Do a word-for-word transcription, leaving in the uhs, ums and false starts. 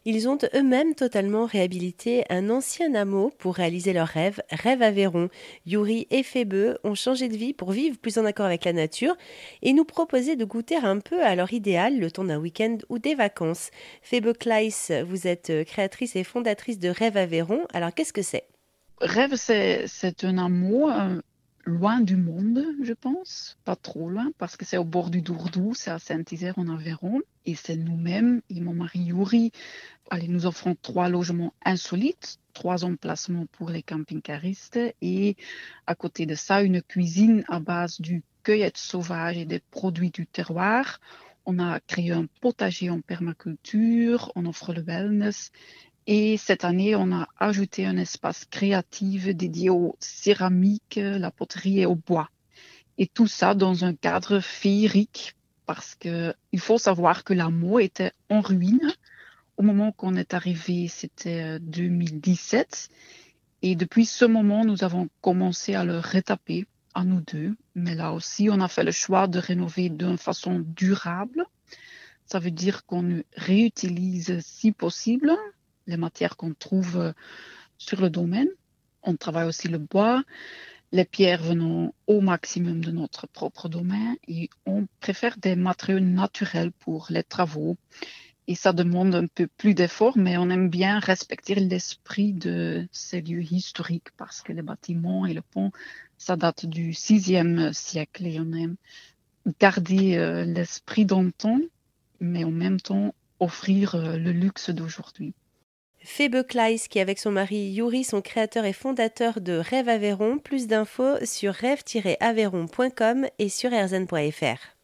Ils ont eux-mêmes totalement réhabilité un ancien hameau pour réaliser leur rêve, Rêve Aveyron. Yuri et Phoebe ont changé de vie pour vivre plus en accord avec la nature et nous proposer de goûter un peu à leur idéal le temps d'un week-end ou des vacances. Phoebe Kleiss, vous êtes créatrice et fondatrice de Rêve Aveyron. Alors qu'est-ce que c'est? Rêve, c'est, c'est un amour euh, loin du monde, je pense. Pas trop loin, parce que c'est au bord du Dourdou, c'est à Saint-Isère en Aveyron. Et c'est nous-mêmes et mon mari Yuri. Allez, nous offrons trois logements insolites, trois emplacements pour les camping-caristes. Et à côté de ça, une cuisine à base du cueillette sauvage et des produits du terroir. On a créé un potager en permaculture, on offre le wellness. Et cette année, on a ajouté un espace créatif dédié aux céramiques, la poterie et au bois. Et tout ça dans un cadre féerique, parce que il faut savoir que l'hameau était en ruine. Au moment qu'on est arrivé, c'était deux mille dix-sept. Et depuis ce moment, nous avons commencé à le retaper, à nous deux. Mais là aussi, on a fait le choix de rénover d'une façon durable. Ça veut dire qu'on réutilise, si possible, les matières qu'on trouve sur le domaine. On travaille aussi le bois, les pierres venant au maximum de notre propre domaine et on préfère des matériaux naturels pour les travaux. Et ça demande un peu plus d'efforts, mais on aime bien respecter l'esprit de ces lieux historiques parce que les bâtiments et le pont, ça date du sixième siècle et on aime garder euh, l'esprit d'antan, mais en même temps offrir euh, le luxe d'aujourd'hui. Phoebe Kleiss, qui avec son mari Yuri sont créateurs et fondateurs de Rêve Aveyron. Plus d'infos sur rêve tiret aveyron point com et sur erzen point f r.